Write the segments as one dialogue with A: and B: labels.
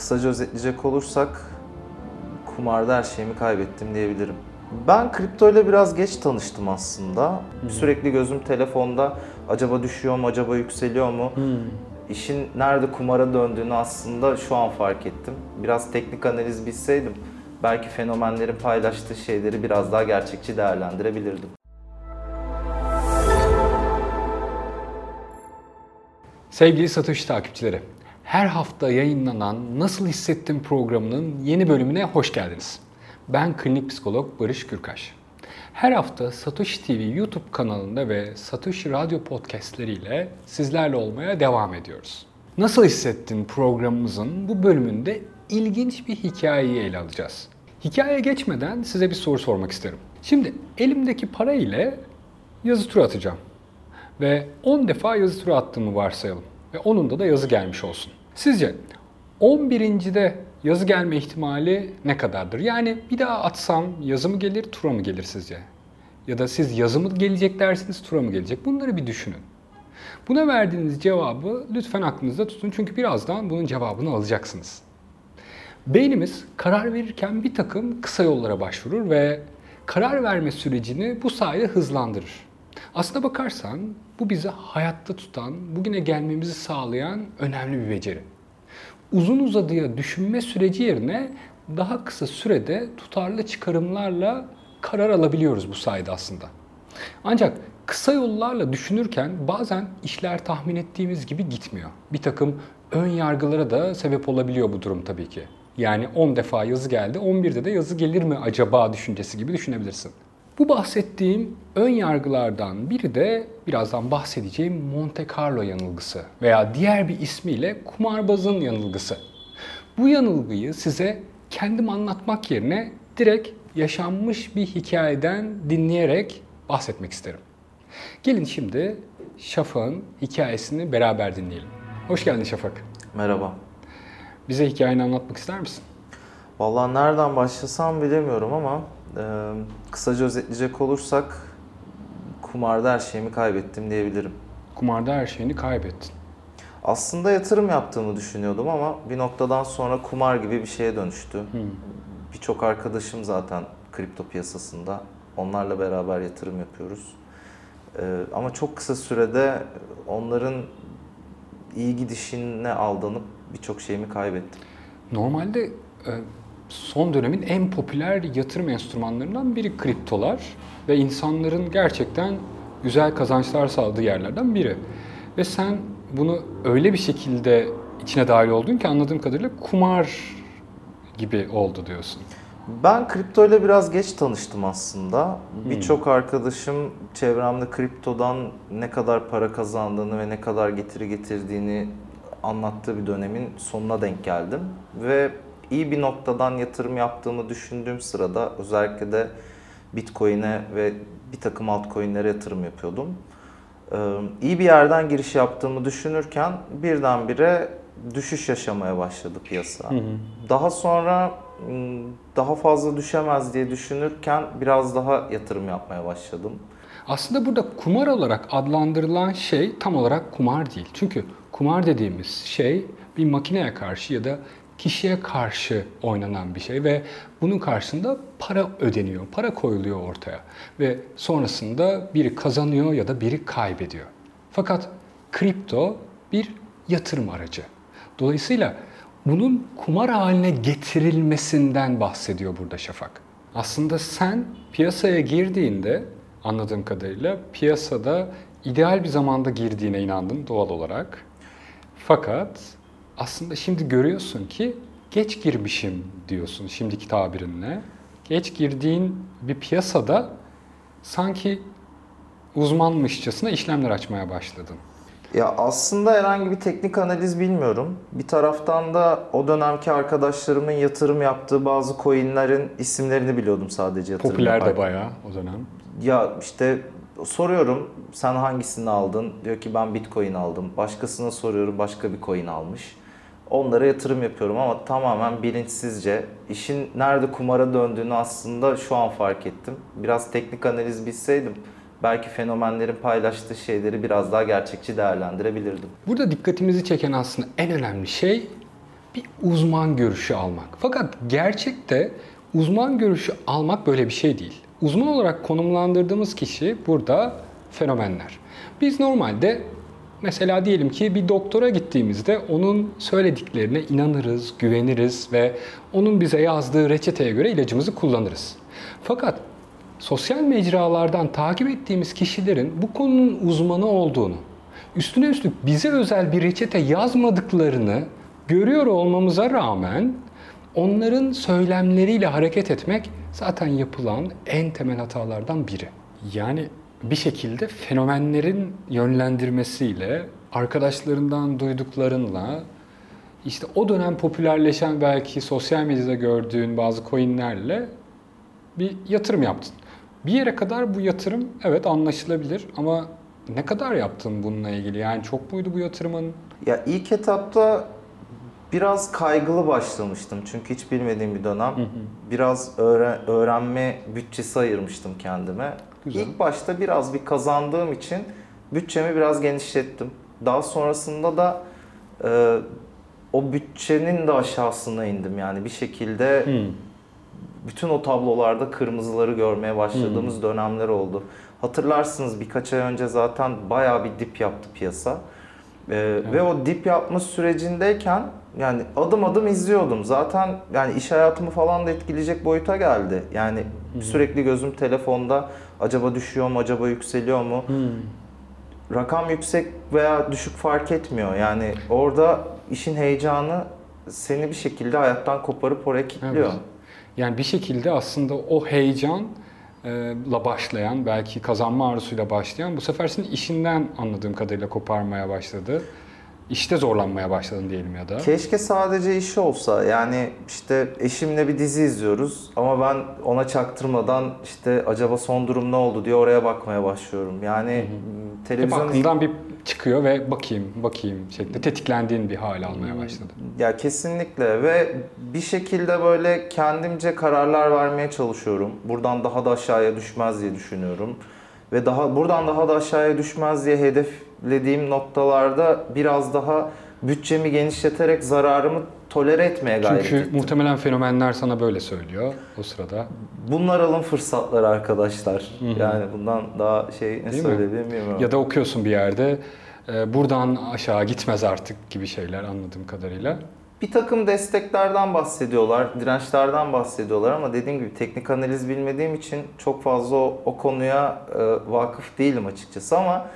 A: Kısaca özetleyecek olursak kumarda her şeyimi kaybettim diyebilirim. Ben kripto ile biraz geç tanıştım aslında. Sürekli gözüm telefonda, acaba düşüyor mu, acaba yükseliyor mu? İşin nerede kumara döndüğünü aslında şu an fark ettim. Biraz teknik analiz bilseydim belki fenomenlerin paylaştığı şeyleri biraz daha gerçekçi değerlendirebilirdim.
B: Sevgili Satoshi takipçileri, her hafta yayınlanan Nasıl Hissettim programının yeni bölümüne hoş geldiniz. Ben klinik psikolog Barış Gürkaş. Her hafta Satoshi TV YouTube kanalında ve Satoshi Radyo podcastleriyle sizlerle olmaya devam ediyoruz. Nasıl Hissettin programımızın bu bölümünde ilginç bir hikayeyi ele alacağız. Hikayeye geçmeden size bir soru sormak isterim. Şimdi elimdeki para ile yazı tura atacağım. Ve 10 defa yazı tura attığımı varsayalım. Ve onunda da yazı gelmiş olsun. Sizce 11.'de yazı gelme ihtimali ne kadardır? Yani bir daha atsam yazı mı gelir, tura mı gelir sizce? Ya da siz yazı mı gelecek dersiniz, tura mı gelecek? Bunları bir düşünün. Buna verdiğiniz cevabı lütfen aklınızda tutun. Çünkü birazdan bunun cevabını alacaksınız. Beynimiz karar verirken bir takım kısa yollara başvurur ve karar verme sürecini bu sayede hızlandırır. Aslına bakarsan bu bizi hayatta tutan, bugüne gelmemizi sağlayan önemli bir beceri. Uzun uzadıya düşünme süreci yerine daha kısa sürede tutarlı çıkarımlarla karar alabiliyoruz bu sayede aslında. Ancak kısa yollarla düşünürken bazen işler tahmin ettiğimiz gibi gitmiyor. Bir takım ön yargılara da sebep olabiliyor bu durum tabii ki. Yani 10 defa yazı geldi, 11'de de yazı gelir mi acaba düşüncesi gibi düşünebilirsin. Bu bahsettiğim ön yargılardan biri de birazdan bahsedeceğim Monte Carlo yanılgısı veya diğer bir ismiyle kumarbazın yanılgısı. Bu yanılgıyı size kendim anlatmak yerine direkt yaşanmış bir hikayeden dinleyerek bahsetmek isterim. Gelin şimdi Şafak'ın hikayesini beraber dinleyelim. Hoş geldin Şafak.
A: Merhaba.
B: Bize hikayeni anlatmak ister misin?
A: Vallahi nereden başlasam bilemiyorum ama kısaca özetleyecek olursak kumarda her şeyimi kaybettim diyebilirim.
B: Kumarda her şeyini kaybettin.
A: Aslında yatırım yaptığımı düşünüyordum ama bir noktadan sonra kumar gibi bir şeye dönüştü. Birçok arkadaşım zaten kripto piyasasında. Onlarla beraber yatırım yapıyoruz. Ama çok kısa sürede onların iyi gidişine aldanıp birçok şeyimi kaybettim.
B: Normalde son dönemin en popüler yatırım enstrümanlarından biri kriptolar ve insanların gerçekten güzel kazançlar sağladığı yerlerden biri. Ve sen bunu öyle bir şekilde içine dahil oldun ki anladığım kadarıyla kumar gibi oldu diyorsun.
A: Ben kripto ile biraz geç tanıştım aslında. Birçok arkadaşım çevremde kriptodan ne kadar para kazandığını ve ne kadar getiri getirdiğini anlattığı bir dönemin sonuna denk geldim. Ve iyi bir noktadan yatırım yaptığımı düşündüğüm sırada özellikle de Bitcoin'e ve bir takım altcoin'lere yatırım yapıyordum. İyi bir yerden giriş yaptığımı düşünürken birdenbire düşüş yaşamaya başladı piyasa. Daha sonra daha fazla düşemez diye düşünürken biraz daha yatırım yapmaya başladım.
B: Aslında burada kumar olarak adlandırılan şey tam olarak kumar değil. Çünkü kumar dediğimiz şey bir makineye karşı ya da kişiye karşı oynanan bir şey ve bunun karşısında para ödeniyor, para koyuluyor ortaya ve sonrasında biri kazanıyor ya da biri kaybediyor. Fakat kripto bir yatırım aracı. Dolayısıyla bunun kumar haline getirilmesinden bahsediyor burada Şafak. Aslında sen piyasaya girdiğinde anladığım kadarıyla piyasada ideal bir zamanda girdiğine inandın doğal olarak. Fakat aslında şimdi görüyorsun ki geç girmişim diyorsun şimdiki tabirinle. Geç girdiğin bir piyasada sanki uzmanmışçasına işlemler açmaya başladın.
A: Ya aslında herhangi bir teknik analiz bilmiyorum. Bir taraftan da o dönemki arkadaşlarımın yatırım yaptığı bazı coinlerin isimlerini biliyordum sadece yatırım
B: Popüler
A: yaparken.
B: de bayağı o dönem.
A: Ya işte soruyorum sen hangisini aldın? Diyor ki ben Bitcoin aldım. Başkasına soruyorum başka bir coin almış. Onlara yatırım yapıyorum ama tamamen bilinçsizce. İşin nerede kumara döndüğünü aslında şu an fark ettim. Biraz teknik analiz bilseydim belki fenomenlerin paylaştığı şeyleri biraz daha gerçekçi değerlendirebilirdim.
B: Burada dikkatimizi çeken aslında en önemli şey bir uzman görüşü almak. Fakat gerçekte uzman görüşü almak böyle bir şey değil. Uzman olarak konumlandırdığımız kişi burada fenomenler. Biz normalde mesela diyelim ki bir doktora gittiğimizde onun söylediklerine inanırız, güveniriz ve onun bize yazdığı reçeteye göre ilacımızı kullanırız. Fakat sosyal mecralardan takip ettiğimiz kişilerin bu konunun uzmanı olduğunu, üstüne üstlük bize özel bir reçete yazmadıklarını görüyor olmamıza rağmen onların söylemleriyle hareket etmek zaten yapılan en temel hatalardan biri. Yani bir şekilde fenomenlerin yönlendirmesiyle, arkadaşlarından duyduklarınla, işte o dönem popülerleşen belki sosyal medyada gördüğün bazı coinlerle bir yatırım yaptın. Bir yere kadar bu yatırım evet anlaşılabilir ama ne kadar yaptın bununla ilgili? Yani çok muydu bu yatırımın?
A: Ya ilk etapta biraz kaygılı başlamıştım çünkü hiç bilmediğim bir dönem. Biraz öğrenme bütçesi ayırmıştım kendime.
B: Güzel.
A: İlk başta biraz bir kazandığım için bütçemi biraz genişlettim. Daha sonrasında da o bütçenin de aşağısına indim. Yani bir şekilde bütün o tablolarda kırmızıları görmeye başladığımız dönemler oldu. Hatırlarsınız birkaç ay önce zaten bayağı bir dip yaptı piyasa. Ve o dip yapma sürecindeyken yani adım adım izliyordum. Zaten yani iş hayatımı falan da etkileyecek boyuta geldi. Yani sürekli gözüm telefonda, acaba düşüyor mu, acaba yükseliyor mu? Rakam yüksek veya düşük fark etmiyor. Yani orada işin heyecanı seni bir şekilde hayattan koparıp oraya kilitliyor.
B: Evet. Yani bir şekilde aslında o heyecanla başlayan, belki kazanma arzusuyla başlayan bu sefer senin işinden anladığım kadarıyla koparmaya başladı. İşte zorlanmaya başladın diyelim ya da.
A: Keşke sadece işi olsa. Yani işte eşimle bir dizi izliyoruz ama ben ona çaktırmadan işte acaba son durum ne oldu diye oraya bakmaya başlıyorum. Yani
B: Hep
A: televizyon
B: aklından bir çıkıyor ve bakayım şeklinde tetiklendiğin bir hal almaya başladı.
A: ya kesinlikle ve bir şekilde böyle kendimce kararlar vermeye çalışıyorum. Buradan daha da aşağıya düşmez diye düşünüyorum. Ve buradan daha da aşağıya düşmez diye hedeflediğim noktalarda biraz daha bütçemi genişleterek zararımı tolere etmeye gayret
B: Çünkü
A: ettim.
B: muhtemelen fenomenler sana böyle söylüyor o sırada.
A: Bunlar alın fırsatları arkadaşlar. Yani bundan daha ne
B: Değil mi?
A: söyleyebilirim bilmiyorum.
B: Ya da okuyorsun bir yerde buradan aşağı gitmez artık gibi şeyler anladığım kadarıyla.
A: Bir takım desteklerden bahsediyorlar, dirençlerden bahsediyorlar ama dediğim gibi teknik analiz bilmediğim için çok fazla o konuya vakıf değilim açıkçası ama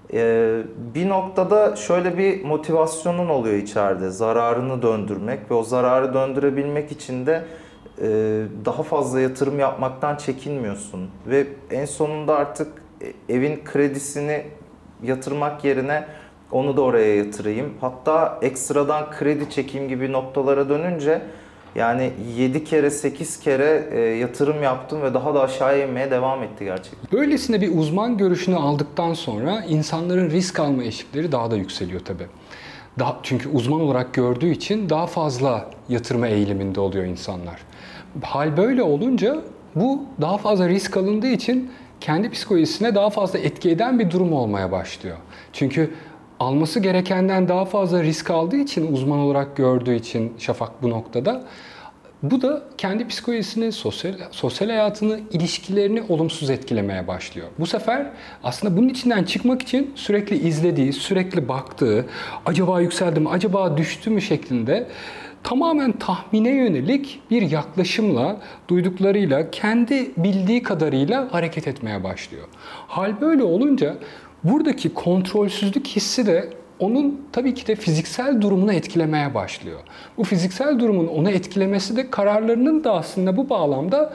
A: bir noktada şöyle bir motivasyonun oluyor içeride, zararını döndürmek ve o zararı döndürebilmek için de daha fazla yatırım yapmaktan çekinmiyorsun ve en sonunda artık evin kredisini yatırmak yerine onu da oraya yatırayım. Hatta ekstradan kredi çekeyim gibi noktalara dönünce yani 7 kere 8 kere yatırım yaptım ve daha da aşağıya inmeye devam etti gerçekten.
B: Böylesine bir uzman görüşünü aldıktan sonra insanların risk alma eşikleri daha da yükseliyor tabii. Çünkü uzman olarak gördüğü için daha fazla yatırma eğiliminde oluyor insanlar. Hal böyle olunca bu daha fazla risk alındığı için kendi psikolojisine daha fazla etki eden bir durum olmaya başlıyor. Çünkü alması gerekenden daha fazla risk aldığı için, uzman olarak gördüğü için Şafak bu noktada, bu da kendi psikolojisini, sosyal hayatını, ilişkilerini olumsuz etkilemeye başlıyor. Bu sefer aslında bunun içinden çıkmak için sürekli izlediği, sürekli baktığı, acaba yükseldi mi, acaba düştü mü şeklinde tamamen tahmine yönelik bir yaklaşımla, duyduklarıyla, kendi bildiği kadarıyla hareket etmeye başlıyor. Hal böyle olunca buradaki kontrolsüzlük hissi de onun tabii ki de fiziksel durumunu etkilemeye başlıyor. Bu fiziksel durumun onu etkilemesi de kararlarının da aslında bu bağlamda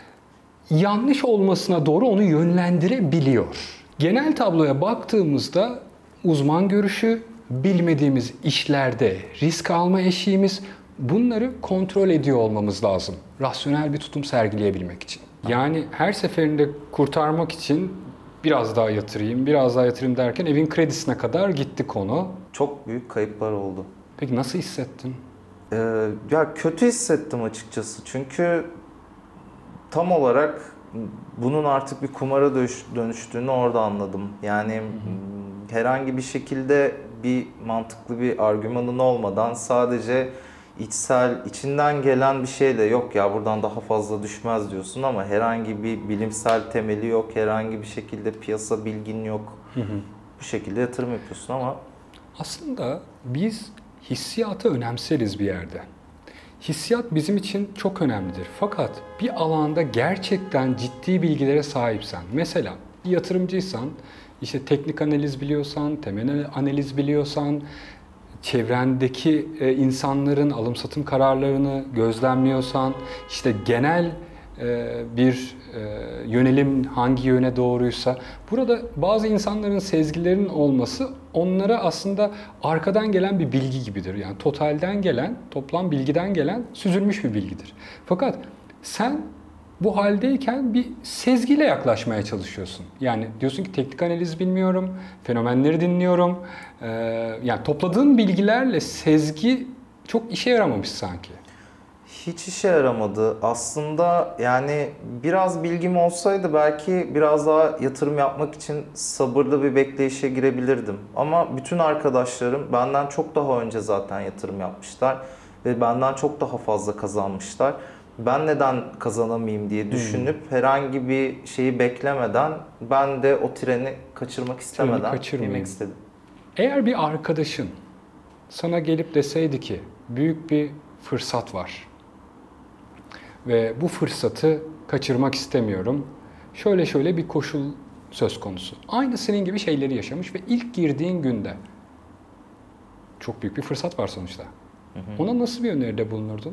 B: yanlış olmasına doğru onu yönlendirebiliyor. Genel tabloya baktığımızda uzman görüşü, bilmediğimiz işlerde risk alma eşiğimiz, bunları kontrol ediyor olmamız lazım. Rasyonel bir tutum sergileyebilmek için. Yani her seferinde kurtarmak için biraz daha yatırayım, biraz daha yatırayım derken evin kredisine kadar gitti konu.
A: Çok büyük kayıplar oldu.
B: Peki nasıl hissettin?
A: Ya kötü hissettim açıkçası. Çünkü tam olarak bunun artık bir kumara dönüştüğünü orada anladım. Yani herhangi bir şekilde bir mantıklı bir argümanın olmadan sadece içinden gelen bir şey de yok ya buradan daha fazla düşmez diyorsun ama herhangi bir bilimsel temeli yok, herhangi bir şekilde piyasa bilgin yok. Bu şekilde yatırım yapıyorsun ama
B: Aslında biz hissiyatı önemseriz bir yerde. Hissiyat bizim için çok önemlidir. Fakat bir alanda gerçekten ciddi bilgilere sahipsen, mesela bir yatırımcıysan, işte teknik analiz biliyorsan, temel analiz biliyorsan, çevrendeki insanların alım satım kararlarını gözlemliyorsan, işte genel bir yönelim hangi yöne doğruysa, burada bazı insanların sezgilerinin olması onlara aslında arkadan gelen bir bilgi gibidir. Yani totalden gelen, toplam bilgiden gelen süzülmüş bir bilgidir. Fakat sen bu haldeyken bir sezgiyle yaklaşmaya çalışıyorsun. Yani diyorsun ki teknik analiz bilmiyorum, fenomenleri dinliyorum. Yani topladığın bilgilerle sezgi çok işe yaramamış sanki.
A: hiç işe yaramadı. Aslında yani biraz bilgim olsaydı belki biraz daha yatırım yapmak için sabırlı bir bekleyişe girebilirdim. Ama bütün arkadaşlarım benden çok daha önce zaten yatırım yapmışlar ve benden çok daha fazla kazanmışlar. Ben neden kazanamayayım diye düşünüp herhangi bir şeyi beklemeden ben de o treni kaçırmak istemeden girmek istedim.
B: Eğer bir arkadaşın sana gelip deseydi ki büyük bir fırsat var ve bu fırsatı kaçırmak istemiyorum. Şöyle şöyle bir koşul söz konusu. Aynı senin gibi şeyleri yaşamış ve ilk girdiğin günde çok büyük bir fırsat var sonuçta. Ona nasıl bir öneride bulunurdun?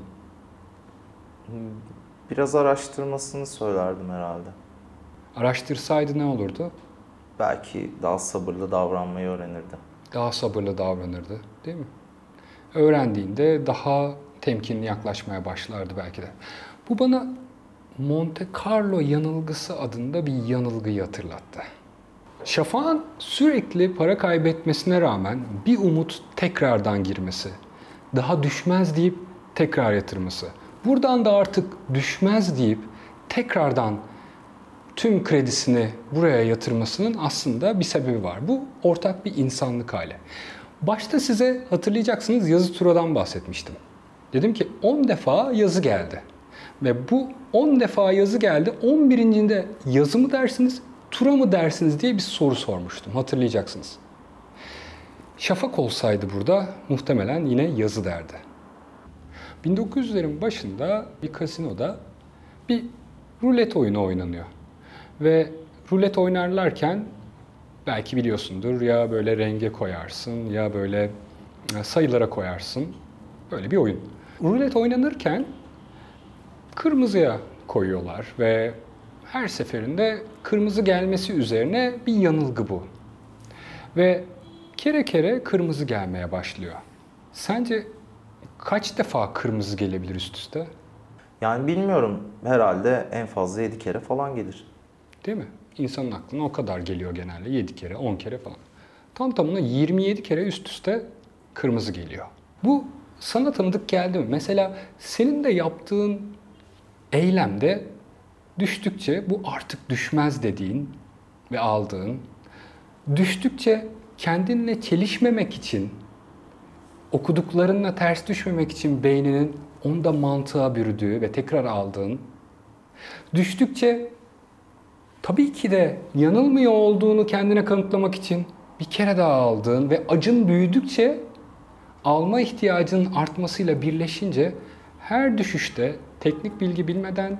A: Biraz araştırmasını söylerdim herhalde.
B: Araştırsaydı ne olurdu?
A: Belki daha sabırlı davranmayı öğrenirdi.
B: Daha sabırlı davranırdı, değil mi? Öğrendiğinde daha temkinli yaklaşmaya başlardı belki de. Bu bana Monte Carlo yanılgısı adında bir yanılgıyı hatırlattı. Şafak'ın sürekli para kaybetmesine rağmen bir umut tekrardan girmesi, daha düşmez deyip tekrar yatırması, buradan da artık düşmez deyip tekrardan tüm kredisini buraya yatırmasının aslında bir sebebi var. Bu ortak bir insanlık hali. Başta size hatırlayacaksınız yazı turadan bahsetmiştim. Dedim ki 10 defa yazı geldi. Ve bu 10 defa yazı geldi. 11'incinde yazı mı dersiniz, tura mı dersiniz diye bir soru sormuştum. Hatırlayacaksınız. Şafak olsaydı burada muhtemelen yine yazı derdi. 1900'lerin başında bir kasinoda bir rulet oyunu oynanıyor. Ve rulet oynarlarken belki biliyorsundur ya böyle renge koyarsın ya böyle sayılara koyarsın. Böyle bir oyun. Rulet oynanırken kırmızıya koyuyorlar ve her seferinde kırmızı gelmesi üzerine bir yanılgı bu. Ve kere kere kırmızı gelmeye başlıyor. Sence kaç defa kırmızı gelebilir üst üste?
A: Yani bilmiyorum. Herhalde en fazla 7 kere falan gelir.
B: Değil mi? İnsanın aklına o kadar geliyor genelde. 7 kere, 10 kere falan. Tam tamına 27 kere üst üste kırmızı geliyor. Bu sana tanıdık geldi mi? Mesela senin de yaptığın eylemde düştükçe bu artık düşmez dediğin ve aldığın, düştükçe kendinle çelişmemek için, okuduklarınla ters düşmemek için beyninin onda mantığa bürüdüğü ve tekrar aldığın, düştükçe tabii ki de yanılmıyor olduğunu kendine kanıtlamak için bir kere daha aldığın ve acın büyüdükçe alma ihtiyacının artmasıyla birleşince her düşüşte teknik bilgi bilmeden,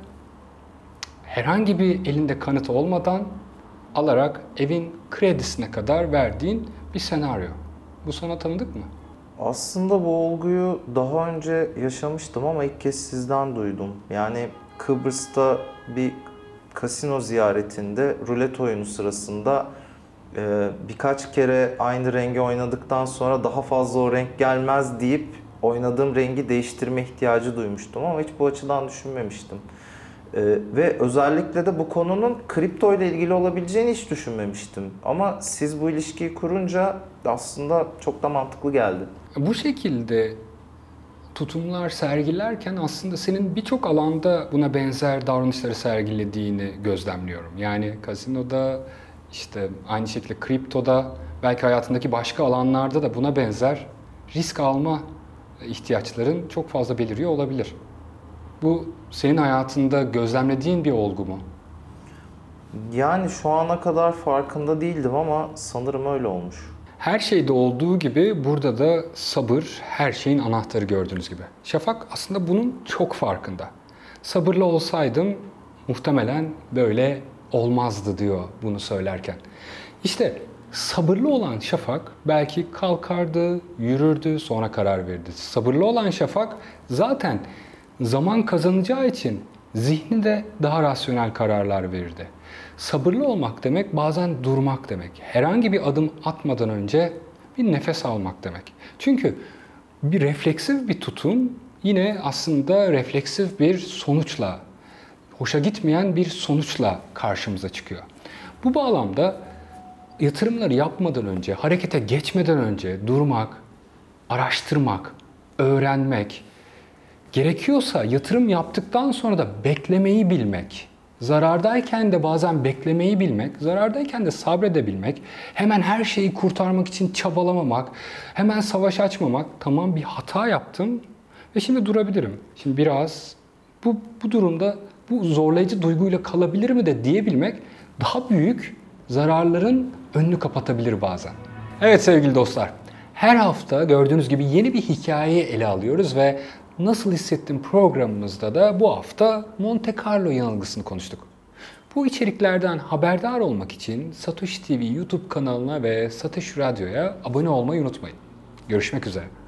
B: herhangi bir elinde kanıt olmadan alarak evin kredisine kadar verdiğin bir senaryo. Bu sana tanıdık mı?
A: Aslında bu olguyu daha önce yaşamıştım ama ilk kez sizden duydum. Yani Kıbrıs'ta bir kasino ziyaretinde rulet oyunu sırasında birkaç kere aynı rengi oynadıktan sonra daha fazla o renk gelmez deyip oynadığım rengi değiştirme ihtiyacı duymuştum ama hiç bu açıdan düşünmemiştim. Ve özellikle de bu konunun kripto ile ilgili olabileceğini hiç düşünmemiştim. Ama siz bu ilişkiyi kurunca aslında çok da mantıklı geldi.
B: Bu şekilde tutumlar sergilerken aslında senin birçok alanda buna benzer davranışları sergilediğini gözlemliyorum. Yani kasinoda, işte aynı şekilde kriptoda, belki hayatındaki başka alanlarda da buna benzer risk alma ihtiyaçların çok fazla beliriyor olabilir. Bu senin hayatında gözlemlediğin bir olgu mu?
A: Yani şu ana kadar farkında değildim ama sanırım öyle olmuş.
B: Her şeyde olduğu gibi burada da sabır her şeyin anahtarı gördüğünüz gibi. Şafak aslında bunun çok farkında. Sabırlı olsaydım muhtemelen böyle olmazdı diyor bunu söylerken. İşte sabırlı olan Şafak belki kalkardı, yürürdü, sonra karar verirdi. Sabırlı olan Şafak zaten zaman kazanacağı için zihni de daha rasyonel kararlar verirdi. Sabırlı olmak demek bazen durmak demek. Herhangi bir adım atmadan önce bir nefes almak demek. Çünkü bir refleksif bir tutum yine aslında refleksif bir sonuçla, hoşa gitmeyen bir sonuçla karşımıza çıkıyor. Bu bağlamda yatırımları yapmadan önce, harekete geçmeden önce durmak, araştırmak, öğrenmek, gerekiyorsa yatırım yaptıktan sonra da beklemeyi bilmek, zarardayken de bazen beklemeyi bilmek, zarardayken de sabredebilmek, hemen her şeyi kurtarmak için çabalamamak, hemen savaş açmamak, tamam bir hata yaptım ve şimdi durabilirim. Şimdi biraz bu durumda bu zorlayıcı duyguyla kalabilir mi de diyebilmek daha büyük zararların önünü kapatabilir bazen. Evet sevgili dostlar, her hafta gördüğünüz gibi yeni bir hikayeyi ele alıyoruz ve Nasıl Hissettim programımızda da bu hafta Monte Carlo yanılgısını konuştuk. Bu içeriklerden haberdar olmak için Satoshi TV YouTube kanalına ve Satoshi Radyo'ya abone olmayı unutmayın. Görüşmek üzere.